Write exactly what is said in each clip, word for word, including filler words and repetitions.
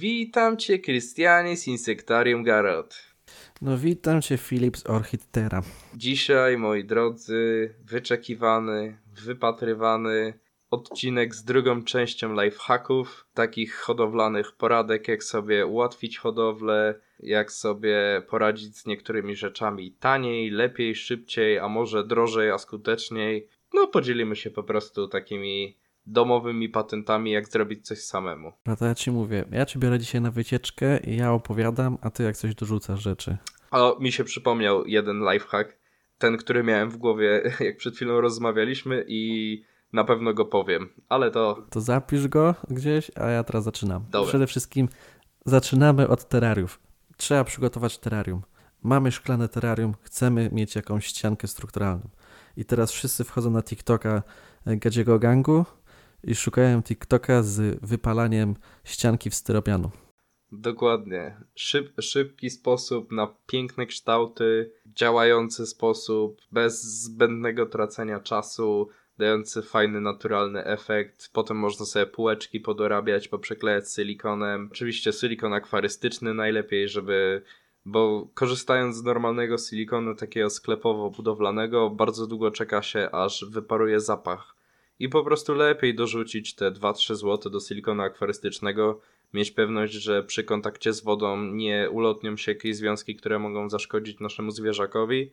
Witam cię, Krystianie z Insektarium Garot. No witam cię, Filip z Orchidtera. Dzisiaj, moi drodzy, wyczekiwany, wypatrywany odcinek z drugą częścią lifehacków, takich hodowlanych poradek, jak sobie ułatwić hodowlę, jak sobie poradzić z niektórymi rzeczami taniej, lepiej, szybciej, a może drożej, a skuteczniej. No, podzielimy się po prostu takimi domowymi patentami, jak zrobić coś samemu. No to ja ci mówię, ja ci biorę dzisiaj na wycieczkę i ja opowiadam, a ty jak coś dorzucasz rzeczy. O, mi się przypomniał jeden lifehack, ten, który miałem w głowie, jak przed chwilą rozmawialiśmy i na pewno go powiem, ale to... To zapisz go gdzieś, a ja teraz zaczynam. Dobra. Przede wszystkim zaczynamy od terrariów. Trzeba przygotować terrarium. Mamy szklane terrarium, chcemy mieć jakąś ściankę strukturalną. I teraz wszyscy wchodzą na TikToka Gadziego Gangu i szukają TikToka z wypalaniem ścianki w styropianu. Dokładnie. Szyb, szybki sposób na piękne kształty, działający sposób, bez zbędnego tracenia czasu, dający fajny, naturalny efekt. Potem można sobie półeczki podorabiać, poprzeklejać silikonem. Oczywiście silikon akwarystyczny najlepiej, żeby... Bo korzystając z normalnego silikonu, takiego sklepowo-budowlanego, bardzo długo czeka się, aż wyparuje zapach. I po prostu lepiej dorzucić te dwa trzy złote do silikonu akwarystycznego, mieć pewność, że przy kontakcie z wodą nie ulotnią się jakieś związki, które mogą zaszkodzić naszemu zwierzakowi,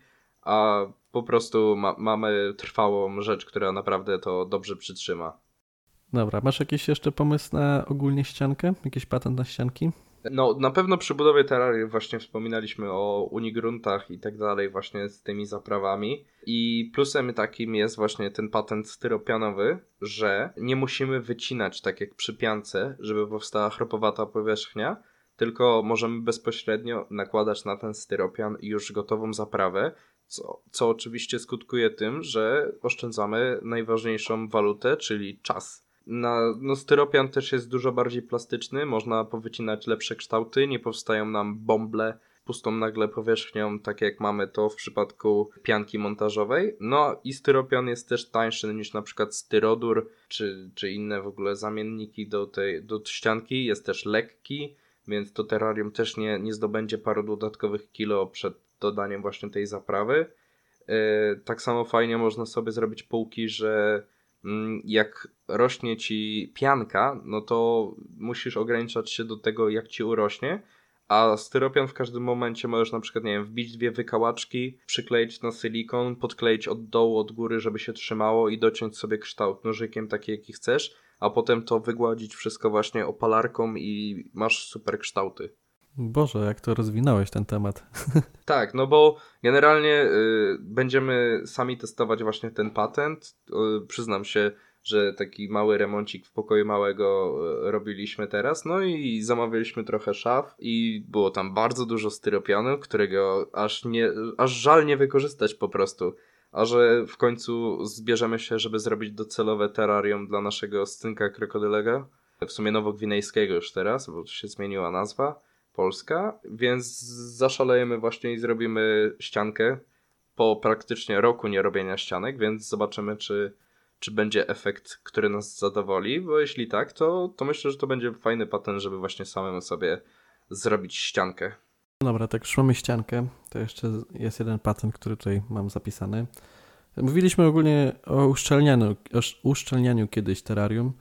a po prostu ma- mamy trwałą rzecz, która naprawdę to dobrze przytrzyma. Dobra, masz jakiś jeszcze pomysł na ogólnie ściankę? Jakiś patent na ścianki? No, na pewno przy budowie terrariów właśnie wspominaliśmy o unigruntach i tak dalej, właśnie z tymi zaprawami. I plusem takim jest właśnie ten patent styropianowy, że nie musimy wycinać tak jak przy piance, żeby powstała chropowata powierzchnia, tylko możemy bezpośrednio nakładać na ten styropian już gotową zaprawę, co, co oczywiście skutkuje tym, że oszczędzamy najważniejszą walutę, czyli czas. Na, no styropian też jest dużo bardziej plastyczny, można powycinać lepsze kształty, nie powstają nam bąble pustą nagle powierzchnią, tak jak mamy to w przypadku pianki montażowej. No i styropian jest też tańszy niż na przykład styrodur, czy, czy inne w ogóle zamienniki do tej do ścianki, jest też lekki, więc to terrarium też nie, nie zdobędzie paru dodatkowych kilo przed dodaniem właśnie tej zaprawy. Yy, tak samo fajnie można sobie zrobić półki, że jak rośnie ci pianka, no to musisz ograniczać się do tego, jak ci urośnie, a styropian w każdym momencie możesz na przykład, nie wiem, wbić dwie wykałaczki, przykleić na silikon, podkleić od dołu, od góry, żeby się trzymało i dociąć sobie kształt nożykiem taki, jaki chcesz, a potem to wygładzić wszystko właśnie opalarką i masz super kształty. Boże, jak to rozwinąłeś ten temat. Tak, no bo generalnie y, będziemy sami testować właśnie ten patent. Y, przyznam się, że taki mały remoncik w pokoju małego y, robiliśmy teraz. No i zamawialiśmy trochę szaf i było tam bardzo dużo styropianu, którego aż, nie, aż żal nie wykorzystać po prostu. A że w końcu zbierzemy się, żeby zrobić docelowe terrarium dla naszego scynka krokodylego. W sumie nowogwinejskiego już teraz, bo się zmieniła nazwa. Polska, więc zaszalejemy właśnie i zrobimy ściankę po praktycznie roku nierobienia ścianek, więc zobaczymy, czy, czy będzie efekt, który nas zadowoli, bo jeśli tak, to, to myślę, że to będzie fajny patent, żeby właśnie samemu sobie zrobić ściankę. Dobra, tak już mamy ściankę, to jeszcze jest jeden patent, który tutaj mam zapisany. Mówiliśmy ogólnie o uszczelnianiu, o uszczelnianiu kiedyś terrarium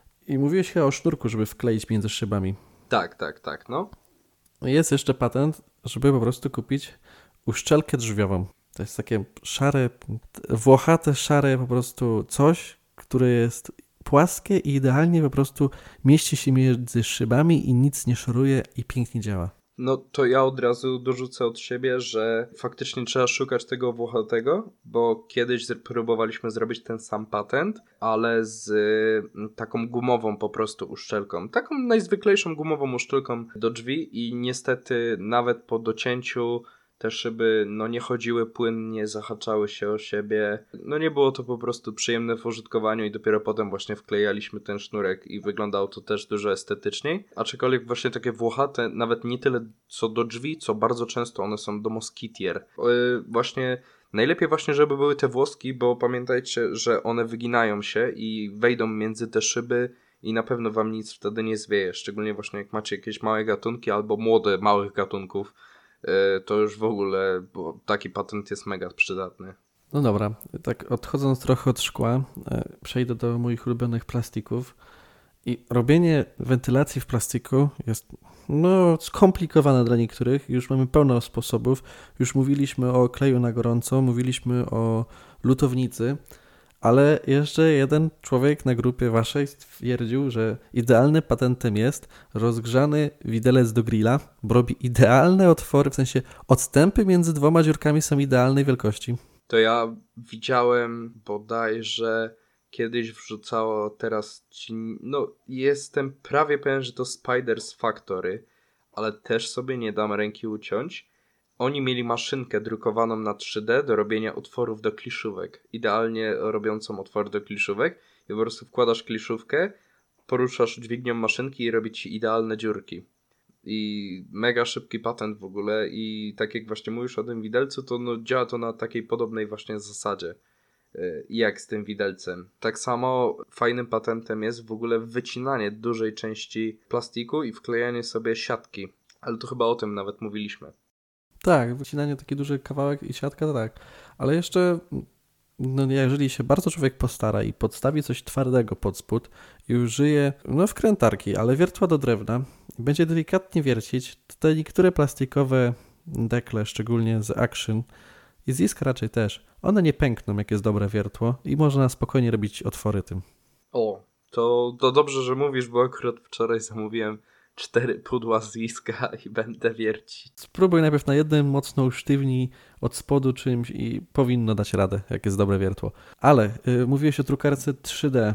i mówiłeś chyba o sznurku, żeby wkleić między szybami. Tak, tak, tak, no. Jest jeszcze patent, żeby po prostu kupić uszczelkę drzwiową. To jest takie szare, włochate, szare po prostu coś, które jest płaskie i idealnie po prostu mieści się między szybami i nic nie szoruje i pięknie działa. No to ja od razu dorzucę od siebie, że faktycznie trzeba szukać tego włochatego, bo kiedyś próbowaliśmy zrobić ten sam patent, ale z taką gumową po prostu uszczelką. Taką najzwyklejszą gumową uszczelką do drzwi i niestety nawet po docięciu te szyby no nie chodziły płynnie, zahaczały się o siebie. No nie było to po prostu przyjemne w użytkowaniu i dopiero potem właśnie wklejaliśmy ten sznurek i wyglądało to też dużo estetyczniej. Aczkolwiek właśnie takie włochate, nawet nie tyle co do drzwi, co bardzo często one są do moskitier. Yy, właśnie najlepiej właśnie, żeby były te włoski, bo pamiętajcie, że one wyginają się i wejdą między te szyby i na pewno wam nic wtedy nie zwieje, szczególnie właśnie jak macie jakieś małe gatunki albo młode małych gatunków, to już w ogóle, bo taki patent jest mega przydatny. No dobra, tak odchodząc trochę od szkła, przejdę do moich ulubionych plastików. I robienie wentylacji w plastiku jest no, skomplikowane dla niektórych. Już mamy pełno sposobów. Już mówiliśmy o kleju na gorąco, mówiliśmy o lutownicy, ale jeszcze jeden człowiek na grupie waszej stwierdził, że idealnym patentem jest rozgrzany widelec do grilla, bo robi idealne otwory, w sensie odstępy między dwoma dziurkami są idealnej wielkości. To ja widziałem bodajże kiedyś wrzucało, teraz ci, no jestem prawie pewien, że to Spiders Factory, ale też sobie nie dam ręki uciąć. Oni mieli maszynkę drukowaną na trzy D do robienia otworów do kliszówek. Idealnie robiącą otwory do kliszówek i po prostu wkładasz kliszówkę, poruszasz dźwignią maszynki i robi ci idealne dziurki. I mega szybki patent w ogóle i tak jak właśnie mówisz o tym widelcu, to no działa to na takiej podobnej właśnie zasadzie jak z tym widelcem. Tak samo fajnym patentem jest w ogóle wycinanie dużej części plastiku i wklejanie sobie siatki. Ale to chyba o tym nawet mówiliśmy. Tak, wycinanie taki duży kawałek i siatka, to tak. Ale jeszcze, no jeżeli się bardzo człowiek postara i podstawi coś twardego pod spód i użyje, no wkrętarki, ale wiertła do drewna i będzie delikatnie wiercić, to te niektóre plastikowe dekle, szczególnie z Action, i z Iska raczej też, one nie pękną, jak jest dobre wiertło i można spokojnie robić otwory tym. O, to, to dobrze, że mówisz, bo akurat wczoraj zamówiłem cztery pudła z Iska i będę wiercić. Spróbuj najpierw na jednym, mocno usztywnij od spodu czymś i powinno dać radę, jak jest dobre wiertło. Ale yy, mówiłeś o drukarce trzy D.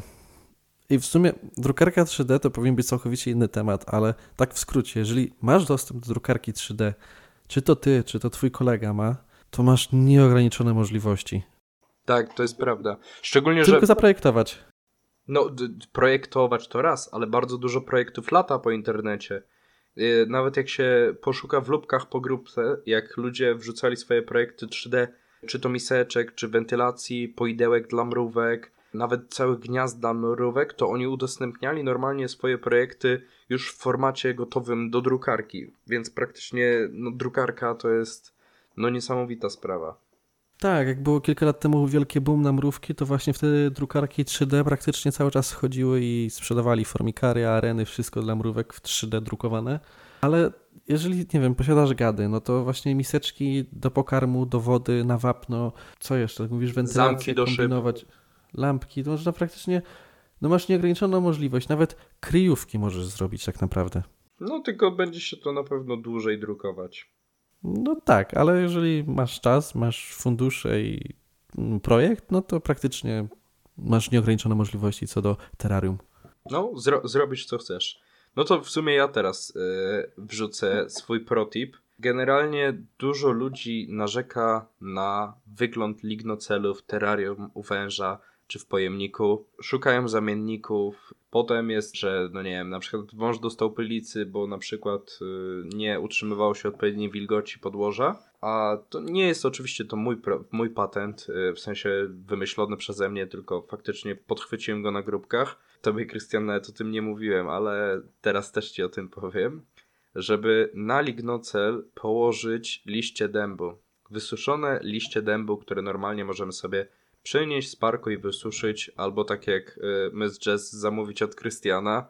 I w sumie drukarka trzy D to powinien być całkowicie inny temat, ale tak w skrócie, jeżeli masz dostęp do drukarki trzy D, czy to ty, czy to twój kolega ma, to masz nieograniczone możliwości. Tak, to jest prawda. Szczególnie, Tylko że... Tylko zaprojektować. No, d- projektować to raz, ale bardzo dużo projektów lata po internecie. Yy, nawet jak się poszuka w lubkach po grupce, jak ludzie wrzucali swoje projekty trzy D, czy to miseczek, czy wentylacji, poidełek dla mrówek, nawet całych gniazd dla mrówek, to oni udostępniali normalnie swoje projekty już w formacie gotowym do drukarki. Więc praktycznie no, drukarka to jest no niesamowita sprawa. Tak, jak było kilka lat temu wielkie boom na mrówki, to właśnie wtedy drukarki trzy D praktycznie cały czas chodziły i sprzedawali formikary, areny, wszystko dla mrówek w trzy D drukowane. Ale jeżeli, nie wiem, posiadasz gady, no to właśnie miseczki do pokarmu, do wody, na wapno, co jeszcze? Mówisz wentylację, zamki do kombinować, szyb. Lampki, to można praktycznie, no masz nieograniczoną możliwość, nawet kryjówki możesz zrobić tak naprawdę. No tylko będzie się to na pewno dłużej drukować. No tak, ale jeżeli masz czas, masz fundusze i projekt, no to praktycznie masz nieograniczone możliwości co do terrarium. No, zro- zrobisz co chcesz. No to w sumie ja teraz yy, wrzucę swój protip. Generalnie dużo ludzi narzeka na wygląd lignocelu w terrarium u węża czy w pojemniku. Szukają zamienników. Potem jest, że no nie wiem, na przykład wąż dostał pylicy, bo na przykład yy, nie utrzymywało się odpowiedniej wilgoci podłoża. A to nie jest oczywiście to mój, pro, mój patent, yy, w sensie wymyślony przeze mnie, tylko faktycznie podchwyciłem go na grupkach. Tobie, Krystian, nawet o tym nie mówiłem, ale teraz też ci o tym powiem. Żeby na lignocel położyć liście dębu. Wysuszone liście dębu, które normalnie możemy sobie przynieść z parku i wysuszyć, albo tak jak y, my z Jazz zamówić od Krystiana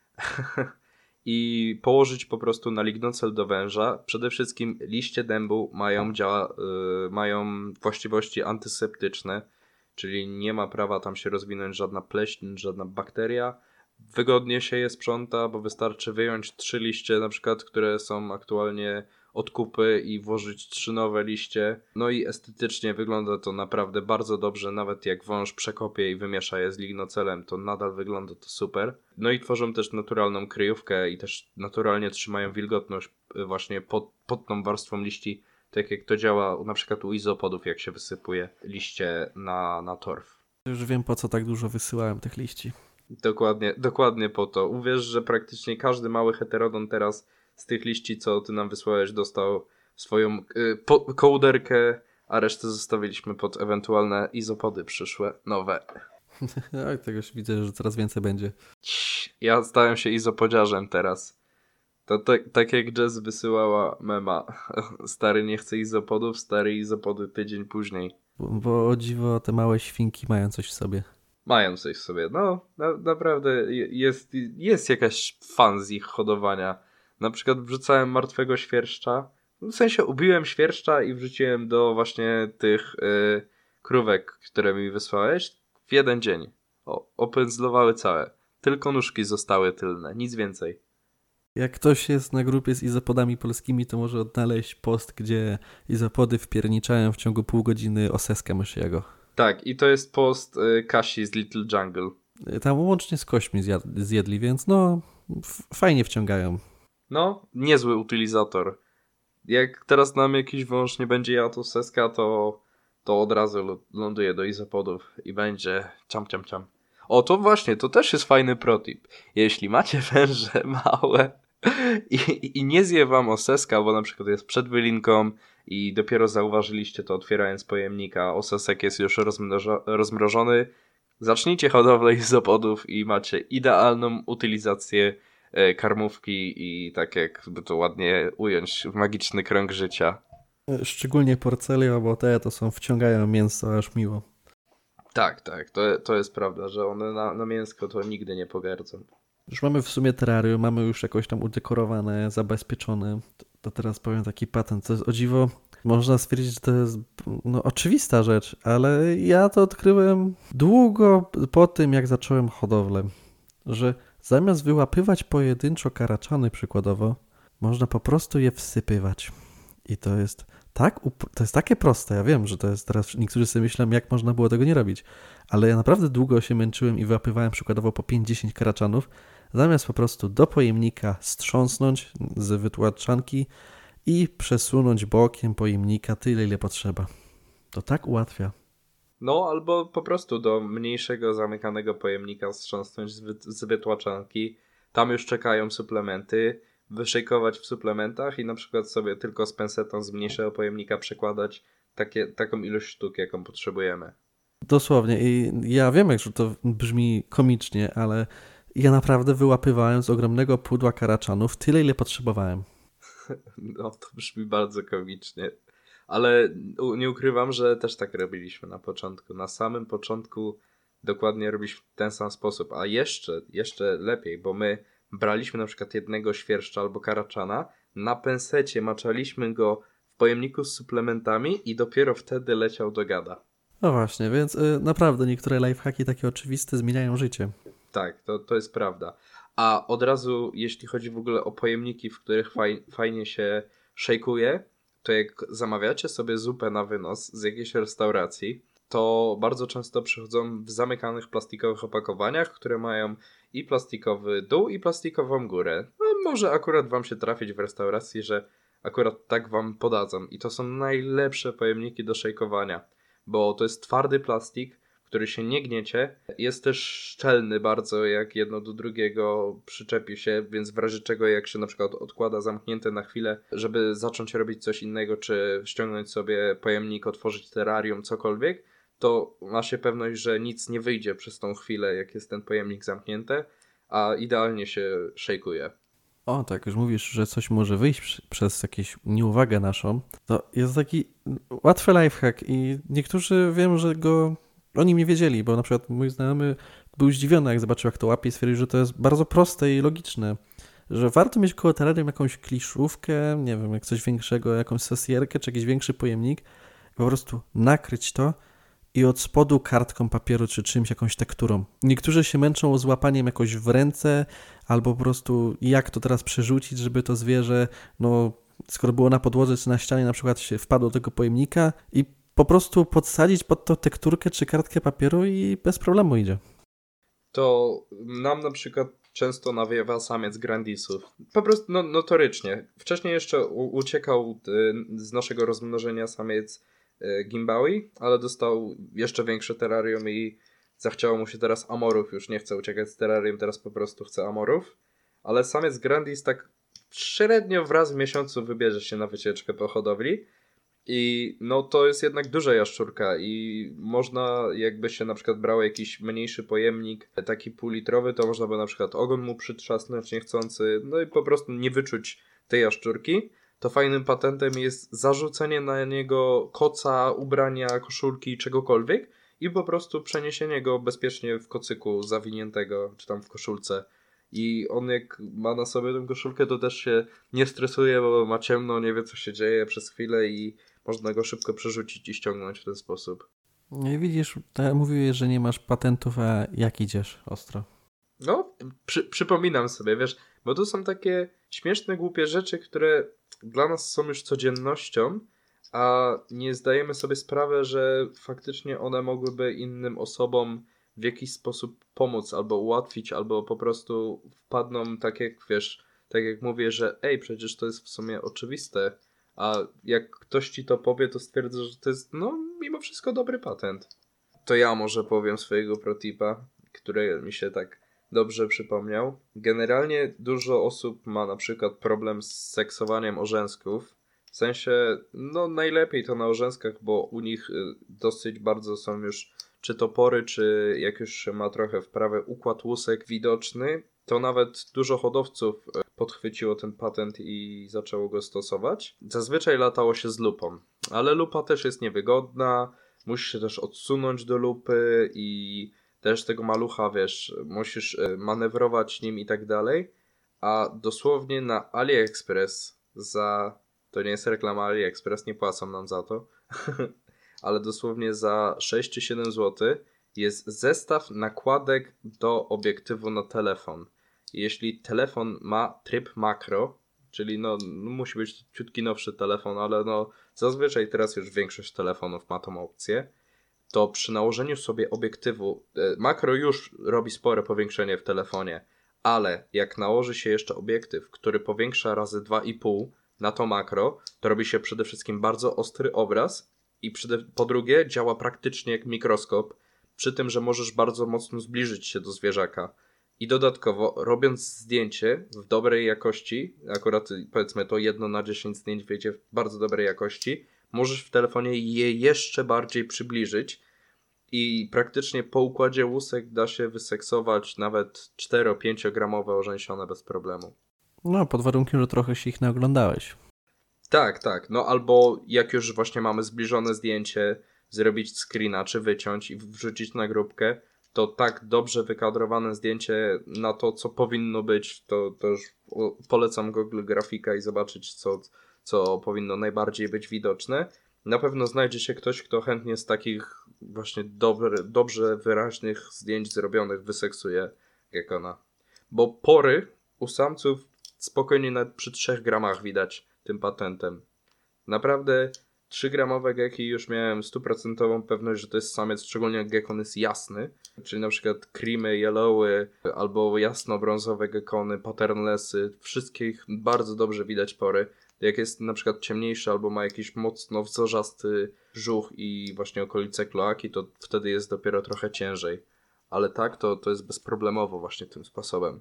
i położyć po prostu na lignocel do węża. Przede wszystkim liście dębu mają, działa, y, mają właściwości antyseptyczne, czyli nie ma prawa tam się rozwinąć żadna pleśń, żadna bakteria. Wygodnie się je sprząta, bo wystarczy wyjąć trzy liście, na przykład, które są aktualnie od kupy i włożyć trzy nowe liście. No i estetycznie wygląda to naprawdę bardzo dobrze, nawet jak wąż przekopie i wymiesza je z lignocelem, to nadal wygląda to super. No i tworzą też naturalną kryjówkę i też naturalnie trzymają wilgotność właśnie pod, pod tą warstwą liści, tak jak to działa na przykład u izopodów, jak się wysypuje liście na, na torf. Już wiem, po co tak dużo wysyłałem tych liści. Dokładnie, dokładnie po to. Uwierz, że praktycznie każdy mały heterodon teraz z tych liści, co ty nam wysłałeś, dostał swoją y, po, kołderkę, a resztę zostawiliśmy pod ewentualne izopody przyszłe, nowe. Oj, tego już widzę, że coraz więcej będzie. Cii, Ja stałem się izopodziarzem teraz. To tak, tak jak Jess wysyłała mema. Stary nie chce izopodów, stary izopody tydzień później. Bo, bo o dziwo te małe świnki mają coś w sobie. Mają coś w sobie. No, na, naprawdę je- jest, jest jakaś fan z ich hodowania. Na przykład wrzucałem martwego świerszcza. W sensie ubiłem świerszcza i wrzuciłem do właśnie tych y, krówek, które mi wysłałeś w jeden dzień. O, opędzlowały całe. Tylko nóżki zostały tylne, nic więcej. Jak ktoś jest na grupie z izopodami polskimi, to może odnaleźć post, gdzie izopody wpierniczają w ciągu pół godziny oseskę mysziego. Tak, i to jest post y, Kasi z Little Jungle. Tam łącznie z kośćmi zjad- zjedli, więc no f- fajnie wciągają. No, niezły utylizator. Jak teraz nam jakiś wąż nie będzie jadł seska, to, to od razu l- ląduje do izopodów i będzie ciam, ciam, ciam. O, to właśnie, to też jest fajny protip. Jeśli macie węże małe i, i nie zje wam oseska, bo na przykład jest przed wylinką i dopiero zauważyliście to otwierając pojemnika, osesek jest już rozmrożo- rozmrożony, zacznijcie hodowlę izopodów i macie idealną utylizację e, karmówki i tak jakby to ładnie ująć w magiczny krąg życia. Szczególnie porcelio, bo te to są, wciągają mięso aż miło. Tak, tak, to, to jest prawda, że one na, na mięsko to nigdy nie pogardzą. Już mamy w sumie terrarium, mamy już jakoś tam udekorowane, zabezpieczone. To, to teraz powiem taki patent. To jest o dziwo, można stwierdzić, że to jest no, oczywista rzecz, ale ja to odkryłem długo po tym, jak zacząłem hodowlę, że zamiast wyłapywać pojedynczo karaczany przykładowo, można po prostu je wsypywać. I to jest tak, up- to jest takie proste. Ja wiem, że to jest teraz, niektórzy sobie myślą, jak można było tego nie robić, ale ja naprawdę długo się męczyłem i wyłapywałem przykładowo po pięć dziesięć karaczanów, zamiast po prostu do pojemnika strząsnąć z wytłaczanki i przesunąć bokiem pojemnika tyle, ile potrzeba. To tak ułatwia. No, albo po prostu do mniejszego zamykanego pojemnika strząsnąć z, wy- z wytłaczanki. Tam już czekają suplementy, wyszejkować w suplementach i na przykład sobie tylko z pensetą z mniejszego pojemnika przekładać takie, taką ilość sztuk, jaką potrzebujemy. Dosłownie. I ja wiem, jak że to brzmi komicznie, ale ja naprawdę wyłapywałem z ogromnego pudła karaczanów tyle, ile potrzebowałem. No, to brzmi bardzo komicznie. Ale u- nie ukrywam, że też tak robiliśmy na początku. Na samym początku dokładnie robiliśmy w ten sam sposób. A jeszcze, jeszcze lepiej, bo my braliśmy na przykład jednego świerszcza albo karaczana, na pensecie maczaliśmy go w pojemniku z suplementami i dopiero wtedy leciał do gada. No właśnie, więc y, naprawdę niektóre lifehacki takie oczywiste zmieniają życie. Tak, to, to jest prawda. A od razu, jeśli chodzi w ogóle o pojemniki, w których faj, fajnie się szejkuje, to jak zamawiacie sobie zupę na wynos z jakiejś restauracji, to bardzo często przychodzą w zamykanych plastikowych opakowaniach, które mają i plastikowy dół, i plastikową górę. No może akurat wam się trafić w restauracji, że akurat tak wam podadzą. I to są najlepsze pojemniki do szejkowania, bo to jest twardy plastik, który się nie gniecie. Jest też szczelny bardzo, jak jedno do drugiego przyczepi się, więc w razie czego jak się na przykład odkłada zamknięte na chwilę, żeby zacząć robić coś innego, czy ściągnąć sobie pojemnik, otworzyć terrarium, cokolwiek, to ma się pewność, że nic nie wyjdzie przez tą chwilę, jak jest ten pojemnik zamknięty, a idealnie się szejkuje. O, tak, już mówisz, że coś może wyjść przy, przez jakąś nieuwagę naszą. To jest taki łatwy lifehack i niektórzy wiem, że go oni nie wiedzieli, bo na przykład mój znajomy był zdziwiony, jak zobaczył, jak to łapie i stwierdził, że to jest bardzo proste i logiczne. Że warto mieć koło terrarium jakąś kliszówkę, nie wiem, jak coś większego, jakąś sosierkę, czy jakiś większy pojemnik, i po prostu nakryć to i od spodu kartką papieru czy czymś, jakąś tekturą. Niektórzy się męczą z łapaniem jakoś w ręce, albo po prostu jak to teraz przerzucić, żeby to zwierzę, no skoro było na podłodze czy na ścianie, na przykład się wpadło do tego pojemnika i po prostu podsadzić pod to tekturkę czy kartkę papieru i bez problemu idzie. To nam na przykład często nawiewa samiec grandisów. Po prostu no, notorycznie. Wcześniej jeszcze u- uciekał y, z naszego rozmnożenia samiec y, Gimbawi, ale dostał jeszcze większe terrarium i zachciało mu się teraz amorów. Już nie chce uciekać z terrarium, teraz po prostu chce amorów. Ale samiec grandis tak średnio raz w miesiącu wybierze się na wycieczkę po hodowli. I no to jest jednak duża jaszczurka i można, jakby się na przykład brało jakiś mniejszy pojemnik, taki półlitrowy, to można by na przykład ogon mu przytrzasnąć niechcący, no i po prostu nie wyczuć tej jaszczurki. To fajnym patentem jest zarzucenie na niego koca, ubrania, koszulki, czegokolwiek i po prostu przeniesienie go bezpiecznie w kocyku zawiniętego, czy tam w koszulce. I on jak ma na sobie tę koszulkę, to też się nie stresuje, bo ma ciemno, nie wie co się dzieje przez chwilę i można go szybko przerzucić i ściągnąć w ten sposób. No i widzisz, mówiłeś, że nie masz patentów, a jak idziesz ostro? No, przy, przypominam sobie, wiesz, bo to są takie śmieszne, głupie rzeczy, które dla nas są już codziennością, a nie zdajemy sobie sprawy, że faktycznie one mogłyby innym osobom w jakiś sposób pomóc, albo ułatwić, albo po prostu wpadną tak jak, wiesz, tak jak mówię, że ej, przecież to jest w sumie oczywiste, a jak ktoś ci to powie, to stwierdza, że to jest, no, mimo wszystko dobry patent. To ja może powiem swojego protipa, który mi się tak dobrze przypomniał. Generalnie dużo osób ma na przykład problem z seksowaniem orzęzków. W sensie, no najlepiej to na orzęzkach, bo u nich dosyć bardzo są już czy topory, czy jak już się ma trochę w prawe układ łusek widoczny, to nawet dużo hodowców podchwyciło ten patent i zaczęło go stosować. Zazwyczaj latało się z lupą, ale lupa też jest niewygodna, musisz się też odsunąć do lupy i też tego malucha, wiesz, musisz manewrować nim i tak dalej, a dosłownie na AliExpress za, to nie jest reklama AliExpress, nie płacą nam za to, ale dosłownie za sześć czy siedem złotych jest zestaw nakładek do obiektywu na telefon. Jeśli telefon ma tryb makro, czyli no musi być ciutki nowszy telefon, ale no zazwyczaj teraz już większość telefonów ma tą opcję, to przy nałożeniu sobie obiektywu, makro już robi spore powiększenie w telefonie, ale jak nałoży się jeszcze obiektyw, który powiększa razy dwa i pół na to makro, to robi się przede wszystkim bardzo ostry obraz i po drugie działa praktycznie jak mikroskop, przy tym, że możesz bardzo mocno zbliżyć się do zwierzaka. I dodatkowo, robiąc zdjęcie w dobrej jakości, akurat powiedzmy to jedno na dziesięć zdjęć wyjdzie w bardzo dobrej jakości, możesz w telefonie je jeszcze bardziej przybliżyć i praktycznie po układzie łusek da się wyseksować nawet cztero-pięcio gramowe orzęsione bez problemu. No, pod warunkiem, że trochę się ich naoglądałeś. Tak, tak. No albo jak już właśnie mamy zbliżone zdjęcie, zrobić screena czy wyciąć i wrzucić na grupkę, to tak dobrze wykadrowane zdjęcie na to, co powinno być, to, to już polecam Google Grafika i zobaczyć, co, co powinno najbardziej być widoczne. Na pewno znajdzie się ktoś, kto chętnie z takich właśnie dobre, dobrze wyraźnych zdjęć zrobionych wyseksuje gekona. Bo pory u samców spokojnie nawet przy trzech gramach widać tym patentem. Naprawdę trzy gramowe geki już miałem stuprocentową pewność, że to jest samiec, szczególnie jak gekon jest jasny. Czyli na przykład creamy, yellowy albo jasno-brązowe gekony, patternlessy. Wszystkich bardzo dobrze widać pory. Jak jest na przykład ciemniejszy albo ma jakiś mocno wzorzasty brzuch i właśnie okolice kloaki, to wtedy jest dopiero trochę ciężej. Ale tak, to, to jest bezproblemowo właśnie tym sposobem.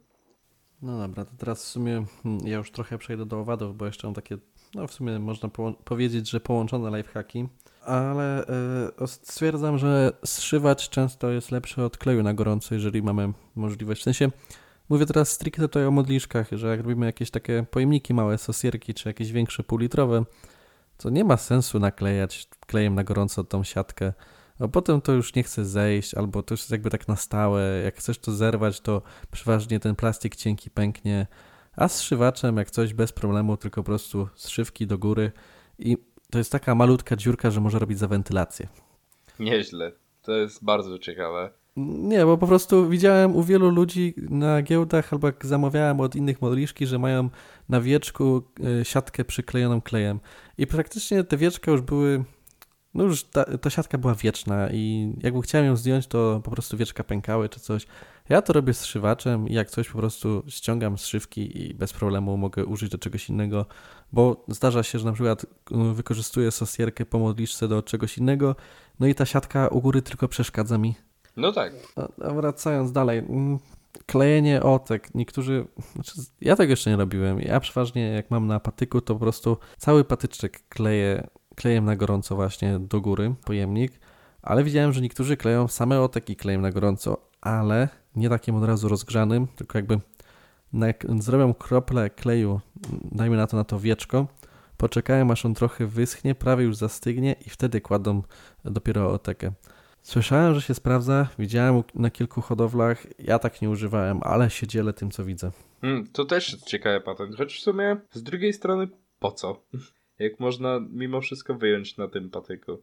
No dobra, to teraz w sumie ja już trochę przejdę do owadów, bo jeszcze mam takie, no w sumie można po- powiedzieć, że połączone lifehacki, ale yy, stwierdzam, że zszywać często jest lepsze od kleju na gorąco, jeżeli mamy możliwość. W sensie, mówię teraz stricte tutaj o modliszkach, że jak robimy jakieś takie pojemniki małe, sosierki, czy jakieś większe półlitrowe, to nie ma sensu naklejać klejem na gorąco tą siatkę, a potem to już nie chce zejść, albo to już jest jakby tak na stałe. Jak chcesz to zerwać, to przeważnie ten plastik cienki pęknie, a z zszywaczem jak coś bez problemu, tylko po prostu zszywki do góry i to jest taka malutka dziurka, że może robić za wentylację. Nieźle, to jest bardzo ciekawe. Nie, bo po prostu widziałem u wielu ludzi na giełdach albo jak zamawiałem od innych modliszki, że mają na wieczku siatkę przyklejoną klejem i praktycznie te wieczka już były... No już ta, ta siatka była wieczna i jakby chciałem ją zdjąć, to po prostu wieczka pękały czy coś. Ja to robię z zszywaczem i jak coś po prostu ściągam z szywki i bez problemu mogę użyć do czegoś innego, bo zdarza się, że na przykład wykorzystuję sosierkę po modliszce do czegoś innego, no i ta siatka u góry tylko przeszkadza mi. No tak. A, a wracając dalej, klejenie otek. Niektórzy, znaczy ja tego jeszcze nie robiłem. Ja przeważnie jak mam na patyku, to po prostu cały patyczek kleję klejem na gorąco właśnie do góry, pojemnik, ale widziałem, że niektórzy kleją same oteki klejem na gorąco, ale nie takim od razu rozgrzanym, tylko jakby na, zrobią krople kleju, dajmy na to na to wieczko, poczekają aż on trochę wyschnie, prawie już zastygnie i wtedy kładą dopiero otekę. Słyszałem, że się sprawdza, widziałem na kilku hodowlach, ja tak nie używałem, ale się dzielę tym, co widzę. Hmm, to też jest ciekawy patent, choć w sumie z drugiej strony po co? Jak można mimo wszystko wyjąć na tym patyku?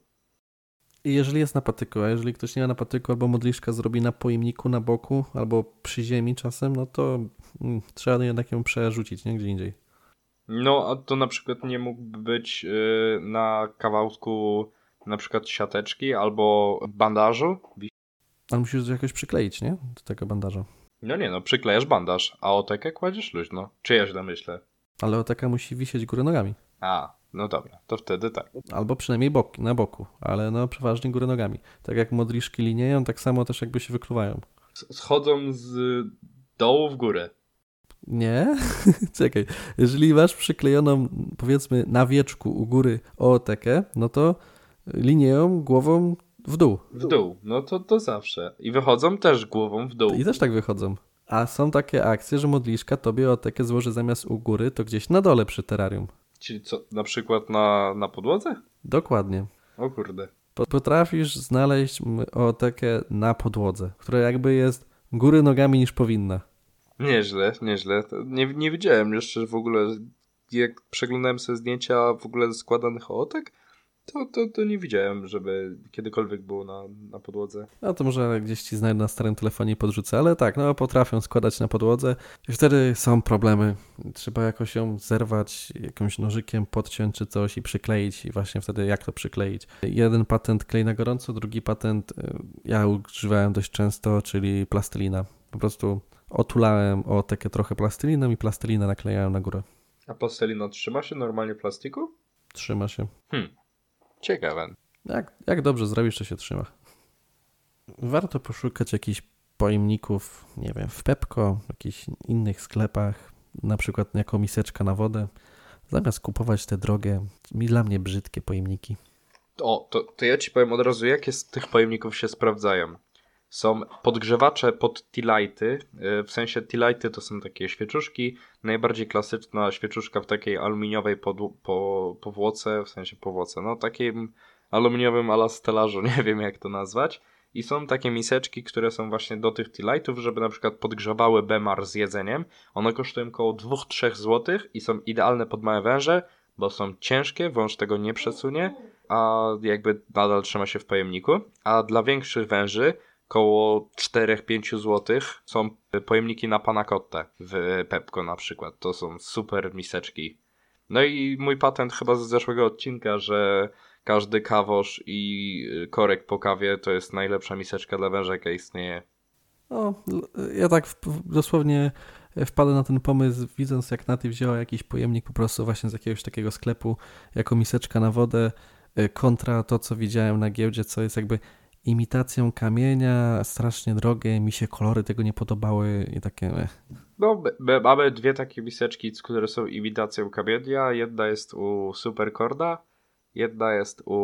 I jeżeli jest na patyku, a jeżeli ktoś nie ma na patyku, albo modliszka zrobi na pojemniku, na boku, albo przy ziemi czasem, no to mm, trzeba jednak ją przerzucić, nie? Gdzie indziej. No, a to na przykład nie mógłby być yy, na kawałku na przykład siateczki albo bandażu? Ale musisz to jakoś przykleić, nie? Do tego bandaża. No nie no, przyklejasz bandaż, a otekę kładziesz luźno. Czy ja źle myślę? Ale oteka musi wisieć górę nogami. A, no dobra, to wtedy tak. Albo przynajmniej boki, na boku, ale no przeważnie górę nogami. Tak jak modliszki linieją, tak samo też jakby się wykluwają. Schodzą z dołu w górę. Nie? Czekaj. Jeżeli masz przyklejoną, powiedzmy, na wieczku u góry ootekę, no to linieją głową w dół. W dół, no to, to zawsze. I wychodzą też głową w dół. I też tak wychodzą. A są takie akcje, że modliszka tobie ootekę złoży zamiast u góry, to gdzieś na dole przy terrarium. Czyli co, na przykład na, na podłodze? Dokładnie. O kurde. Potrafisz znaleźć ootekę na podłodze, która jakby jest góry nogami niż powinna. Nieźle, nieźle. To nie, nie widziałem jeszcze w ogóle, jak przeglądałem sobie zdjęcia w ogóle składanych ootek, to, to, to nie widziałem, żeby kiedykolwiek było na, na podłodze. No to może gdzieś ci znajdę na starym telefonie i podrzucę, ale tak, no potrafią składać na podłodze i wtedy są problemy. Trzeba jakoś ją zerwać, jakimś nożykiem podciąć czy coś i przykleić i właśnie wtedy jak to przykleić. Jeden patent klej na gorąco, drugi patent ja używałem dość często, czyli plastelina. Po prostu otulałem ootekę trochę plasteliną i plastelinę naklejałem na górę. A plastelina trzyma się normalnie w plastiku? Trzyma się. Hmm, ciekawe. Jak, jak dobrze zrobisz, to się trzyma. Warto poszukać jakichś pojemników, nie wiem, w Pepko, w jakichś innych sklepach, na przykład jako miseczka na wodę, zamiast kupować te drogie, mi dla mnie brzydkie pojemniki. O, to, to ja ci powiem od razu, jakie z tych pojemników się sprawdzają. Są podgrzewacze pod tea-lighty, w sensie tea-lighty to są takie świeczuszki, najbardziej klasyczna świeczuszka w takiej aluminiowej podł- po, powłoce, w sensie powłoce, no takim aluminiowym ala stelażu, nie wiem jak to nazwać. I są takie miseczki, które są właśnie do tych tea-lightów, żeby na przykład podgrzewały bemar z jedzeniem. One kosztują około dwa do trzech złotych i są idealne pod małe węże, bo są ciężkie, wąż tego nie przesunie, a jakby nadal trzyma się w pojemniku. A dla większych węży koło cztery do pięciu złotych są pojemniki na panna cottę w Pepko na przykład. To są super miseczki. No i mój patent chyba z zeszłego odcinka, że każdy kawosz i korek po kawie to jest najlepsza miseczka dla węża, jaka istnieje. No, ja tak w, dosłownie wpadłem na ten pomysł, widząc jak Naty wzięła jakiś pojemnik po prostu właśnie z jakiegoś takiego sklepu jako miseczka na wodę kontra to, co widziałem na giełdzie, co jest jakby imitacją kamienia, strasznie drogie, mi się kolory tego nie podobały i takie... Ech. No, b- mamy dwie takie miseczki, które są imitacją kamienia. Jedna jest u Superkorda, jedna jest u,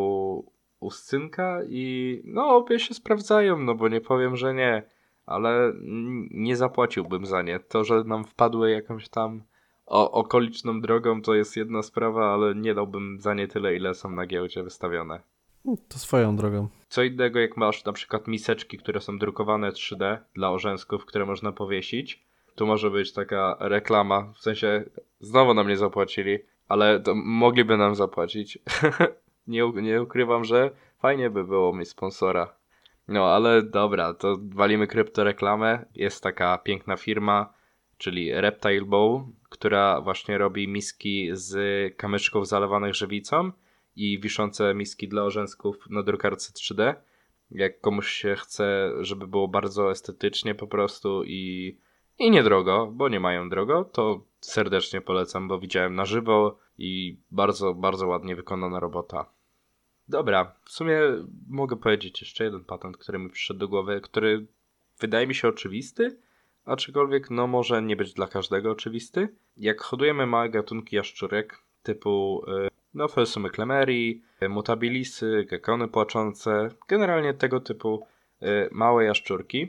u Scynka i no obie się sprawdzają, no bo nie powiem, że nie, ale nie zapłaciłbym za nie. To, że nam wpadły jakąś tam o, okoliczną drogą, to jest jedna sprawa, ale nie dałbym za nie tyle, ile są na giełdzie wystawione. To swoją drogą. Co innego jak masz na przykład miseczki, które są drukowane trzy D dla orzęsków, które można powiesić. Tu może być taka reklama, w sensie znowu nam nie zapłacili, ale to mogliby nam zapłacić. nie, nie ukrywam, że fajnie by było mieć sponsora. No ale dobra, to walimy kryptoreklamę. Jest taka piękna firma, czyli Reptile Bow, która właśnie robi miski z kamyczków zalewanych żywicą i wiszące miski dla orzęsków na drukarce trzy D. Jak komuś się chce, żeby było bardzo estetycznie po prostu i, i niedrogo, bo nie mają drogo, to serdecznie polecam, bo widziałem na żywo i bardzo, bardzo ładnie wykonana robota. Dobra, w sumie mogę powiedzieć jeszcze jeden patent, który mi przyszedł do głowy, który wydaje mi się oczywisty, aczkolwiek no może nie być dla każdego oczywisty. Jak hodujemy małe gatunki jaszczurek typu... Yy, no Felsumy Clemerii, Mutabilisy, gekony płaczące, generalnie tego typu y, małe jaszczurki,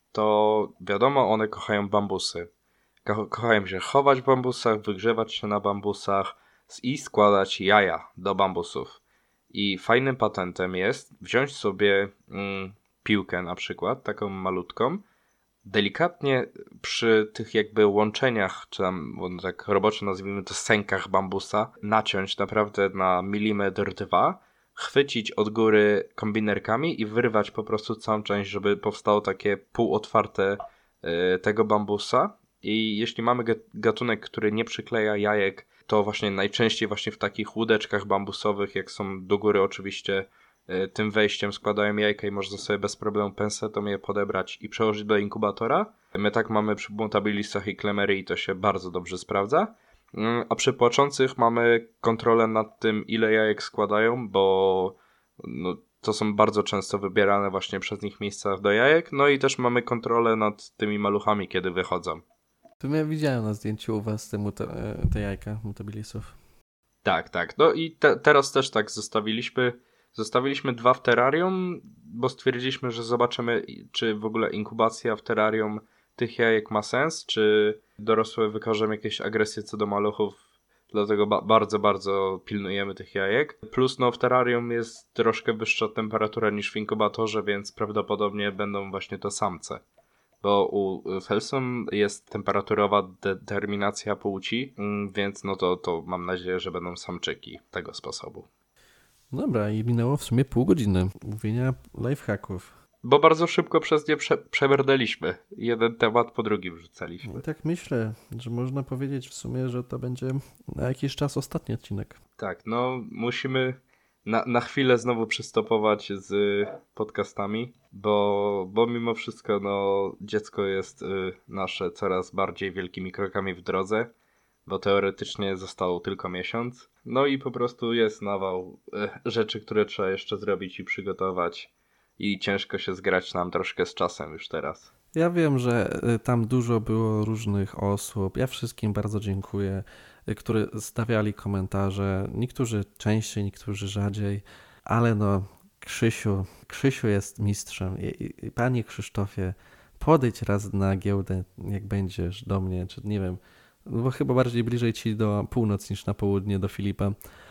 to wiadomo, one kochają bambusy. Ko- kochają się chować w bambusach, wygrzewać się na bambusach i składać jaja do bambusów. I fajnym patentem jest wziąć sobie mm, piłkę na przykład, taką malutką, delikatnie przy tych jakby łączeniach, czy tam tak roboczo nazwijmy to sękach bambusa, naciąć naprawdę na milimetr dwa, chwycić od góry kombinerkami i wyrwać po prostu całą część, żeby powstało takie półotwarte y, tego bambusa. I jeśli mamy gatunek, który nie przykleja jajek, to właśnie najczęściej właśnie w takich łódeczkach bambusowych, jak są do góry oczywiście y, tym wejściem składają jajka i można sobie bez problemu pensetą je podebrać i przełożyć do inkubatora. My tak mamy przy Mutabilisach i Clemerii i to się bardzo dobrze sprawdza. Y, a przy płaczących mamy kontrolę nad tym, ile jajek składają, bo no, to są bardzo często wybierane właśnie przez nich miejsca do jajek. No i też mamy kontrolę nad tymi maluchami, kiedy wychodzą. To ja widziałem na zdjęciu u was te, muta- te jajka Mutabilisów. Tak, tak. No i te, teraz też tak zostawiliśmy. Zostawiliśmy dwa w terrarium, bo stwierdziliśmy, że zobaczymy, czy w ogóle inkubacja w terrarium tych jajek ma sens, czy dorosłe wykażą jakieś agresje co do maluchów. Dlatego ba- bardzo, bardzo pilnujemy tych jajek. Plus no w terrarium jest troszkę wyższa temperatura niż w inkubatorze, więc prawdopodobnie będą właśnie to samce. Bo u Felsum jest temperaturowa determinacja płci, więc no to, to mam nadzieję, że będą samczyki tego sposobu. Dobra, i minęło w sumie pół godziny mówienia lifehacków. Bo bardzo szybko przez nie prze- przeberdaliśmy. Jeden temat po drugim wrzucaliśmy. I tak myślę, że można powiedzieć w sumie, że to będzie na jakiś czas ostatni odcinek. Tak, no musimy na, na chwilę znowu przystopować z podcastami, bo, bo mimo wszystko no dziecko jest y, nasze coraz bardziej wielkimi krokami w drodze, bo teoretycznie został tylko miesiąc. No i po prostu jest nawał y, rzeczy, które trzeba jeszcze zrobić i przygotować i ciężko się zgrać nam troszkę z czasem już teraz. Ja wiem, że tam dużo było różnych osób. Ja wszystkim bardzo dziękuję, którzy stawiali komentarze. Niektórzy częściej, niektórzy rzadziej, ale no Krzysiu, Krzysiu jest mistrzem. I, i, Panie Krzysztofie, podejdź raz na giełdę, jak będziesz do mnie, czy nie wiem, bo chyba bardziej bliżej ci do północ niż na południe, do Filipa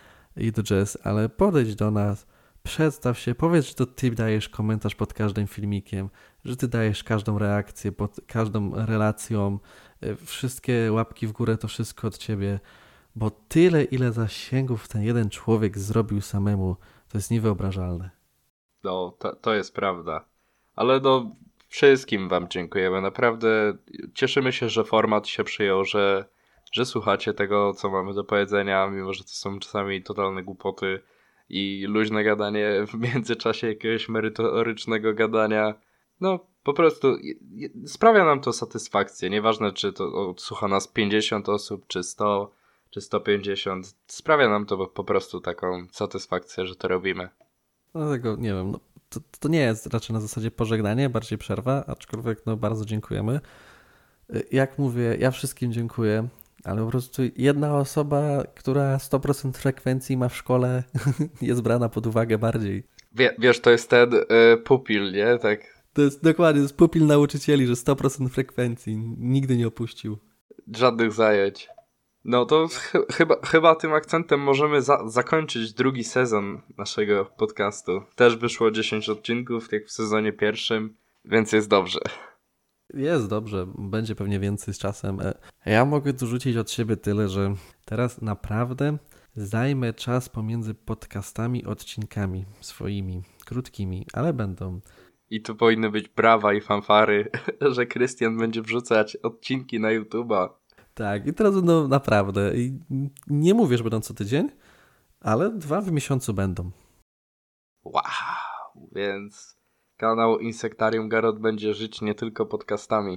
i do Jess, ale podejdź do nas. Przedstaw się, powiedz, że to ty dajesz komentarz pod każdym filmikiem, że ty dajesz każdą reakcję pod każdą relacją, wszystkie łapki w górę to wszystko od ciebie, bo tyle, ile zasięgów ten jeden człowiek zrobił samemu, to jest niewyobrażalne. No, to, to jest prawda. Ale no, wszystkim wam dziękujemy. Naprawdę cieszymy się, że format się przyjął, że, że słuchacie tego, co mamy do powiedzenia, mimo że to są czasami totalne głupoty i luźne gadanie w międzyczasie jakiegoś merytorycznego gadania. No, po prostu sprawia nam to satysfakcję. Nieważne, czy to słucha nas pięćdziesiąt osób, czy sto, czy sto pięćdziesiąt. Sprawia nam to po prostu taką satysfakcję, że to robimy. Dlatego, nie wiem, no, to, to nie jest raczej na zasadzie pożegnanie, bardziej przerwa, aczkolwiek no bardzo dziękujemy. Jak mówię, ja wszystkim dziękuję. Ale po prostu jedna osoba, która sto procent frekwencji ma w szkole, jest brana pod uwagę bardziej. Wie, wiesz, to jest ten y, pupil, nie? Tak. To jest dokładnie, to jest pupil nauczycieli, że sto procent frekwencji nigdy nie opuścił. Żadnych zajęć. No to ch- chyba, chyba tym akcentem możemy za- zakończyć drugi sezon naszego podcastu. Też wyszło dziesięć odcinków, jak w sezonie pierwszym, więc jest dobrze. Jest dobrze, będzie pewnie więcej z czasem. Ja mogę dorzucić od siebie tyle, że teraz naprawdę zajmę czas pomiędzy podcastami, odcinkami swoimi, krótkimi, ale będą. I tu powinny być brawa i fanfary, że Krystian będzie wrzucać odcinki na YouTube'a. Tak, i teraz będą naprawdę. I nie mówię, że będą co tydzień, ale dwa w miesiącu będą. Wow, więc kanał Insektarium Garot będzie żyć nie tylko podcastami.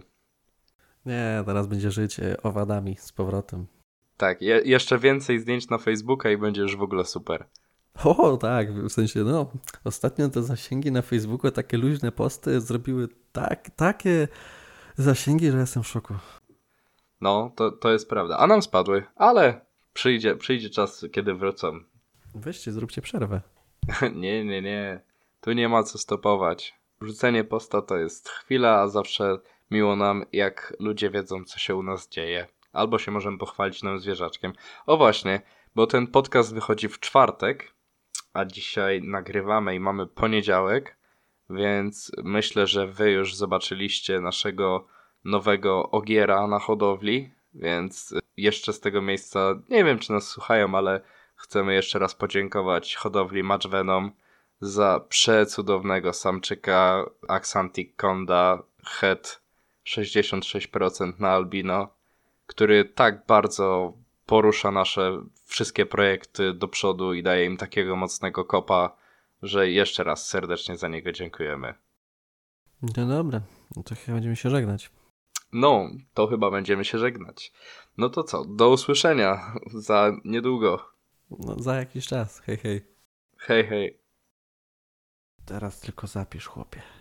Nie, teraz będzie żyć owadami z powrotem. Tak, je- jeszcze więcej zdjęć na Facebooka i będzie już w ogóle super. O, tak, w sensie, no, ostatnio te zasięgi na Facebooku, takie luźne posty zrobiły tak, takie zasięgi, że jestem w szoku. No, to, to jest prawda. A nam spadły, ale przyjdzie, przyjdzie czas, kiedy wrócą. Weźcie, zróbcie przerwę. Nie, nie, nie. Tu nie ma co stopować. Wrzucenie posta to jest chwila, a zawsze miło nam, jak ludzie wiedzą, co się u nas dzieje. Albo się możemy pochwalić nowym zwierzaczkiem. O właśnie, bo ten podcast wychodzi w czwartek, a dzisiaj nagrywamy i mamy poniedziałek, więc myślę, że wy już zobaczyliście naszego nowego ogiera na hodowli, więc jeszcze z tego miejsca, nie wiem czy nas słuchają, ale chcemy jeszcze raz podziękować hodowli Match Venom za przecudownego samczyka Axanthic Conda Het sześćdziesiąt sześć procent na albino, który tak bardzo porusza nasze wszystkie projekty do przodu i daje im takiego mocnego kopa, że jeszcze raz serdecznie za niego dziękujemy. No dobra, no to chyba będziemy się żegnać. No, to chyba będziemy się żegnać. No to co, do usłyszenia za niedługo. No za jakiś czas, hej hej. Hej, hej. Teraz tylko zapisz, chłopie.